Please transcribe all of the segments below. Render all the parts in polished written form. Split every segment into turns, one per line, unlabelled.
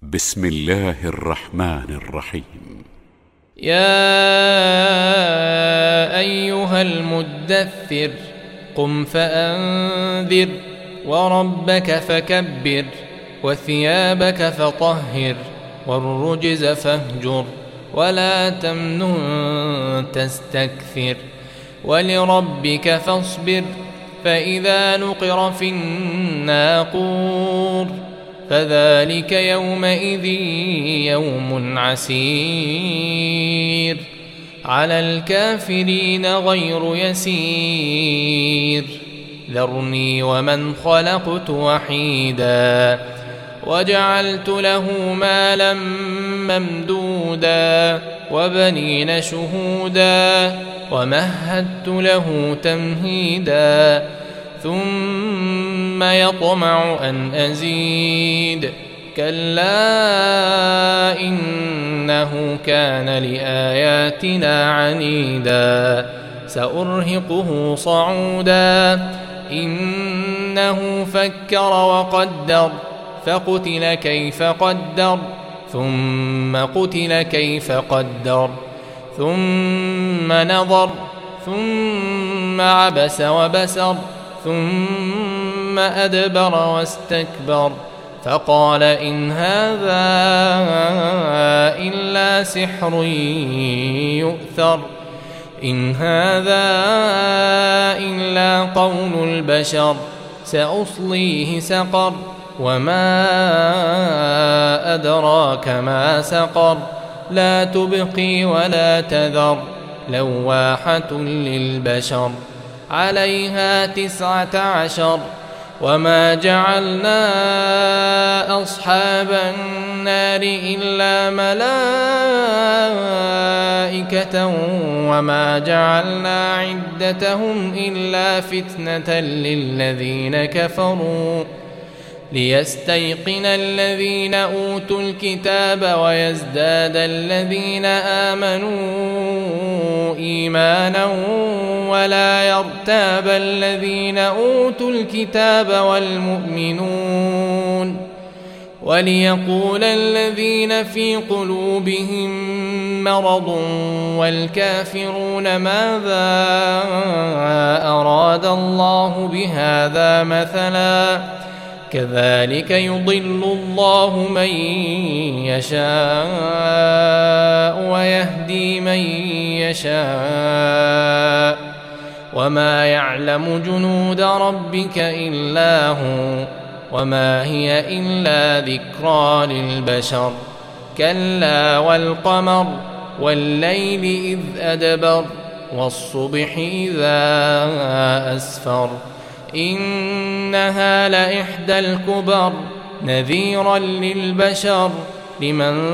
بسم الله الرحمن الرحيم.
يا أيها المدثر قم فأنذر وربك فكبر وثيابك فطهر والرجز فاهجر ولا تمنن تستكثر ولربك فاصبر فإذا نقر في الناقور فذلك يومئذ يوم عسير على الكافرين غير يسير ذرني ومن خلقت وحيدا وجعلت له مالا ممدودا وبنين شهودا ومهدت له تمهيدا ثم يطمع أن أزيد كلا إنه كان لآياتنا عنيدا سأرهقه صعودا إنه فكر وقدر فقتل كيف قدر ثم قتل كيف قدر ثم نظر ثم عبس وبسر ثم أدبر واستكبر فقال إن هذا إلا سحر يؤثر إن هذا إلا قول البشر سأصليه سقر وما أدراك ما سقر لا تبقي ولا تذر لواحة للبشر عليها 19 وما جعلنا أصحاب النار إلا ملائكة وما جعلنا عدتهم إلا فتنة للذين كفروا ليستيقن الذين أوتوا الكتاب ويزداد الذين آمنوا إيمانا ولا يرتاب الذين أوتوا الكتاب والمؤمنون وليقول الذين في قلوبهم مرض والكافرون ماذا أراد الله بهذا مثلا كذلك يضل الله من يشاء ويهدي من يشاء وما يعلم جنود ربك إلا هو وما هي إلا ذكرى للبشر كلا والقمر والليل إذ أدبر والصبح إذا أسفر إنها لإحدى الكبر نذيرا للبشر لمن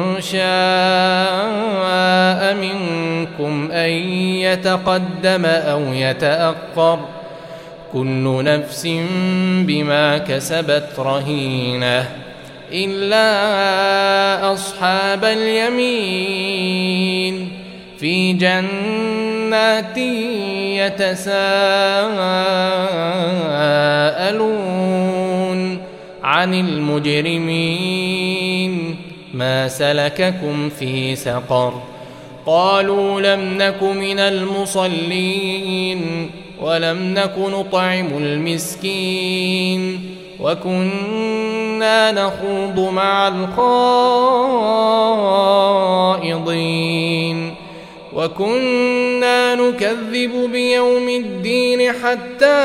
شاء منكم أن يتقدم أو يتأخر كل نفس بما كسبت رهينة إلا أصحاب اليمين في جنات يتساءلون عن المجرمين ما سلككم في سقر قالوا لم نك من المصلين ولم نك نطعم المسكين وكنا نخوض مع الخائضين وكنا نكذب بيوم الدين حتى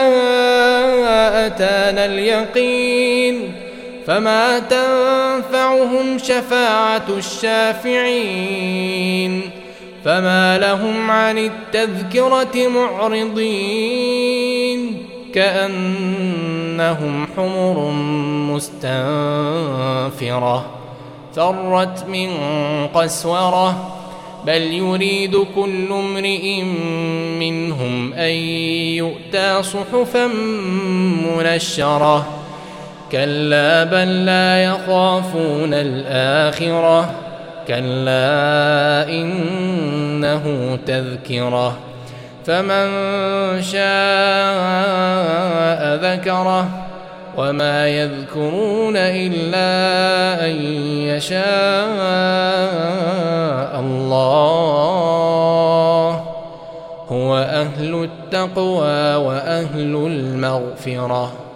أتانا اليقين فما تنفعهم شفاعة الشافعين فما لهم عن التذكرة معرضين كأنهم حمر مستنفرة فرت من قسورة بل يريد كل امرئ منهم أن يؤتى صحفا منشرة كلا بل لا يخافون الآخرة كلا إنه تذكرة فمن شاء ذكره وما يذكرون إلا أن يشاء الله هو أهل التقوى وأهل المغفرة.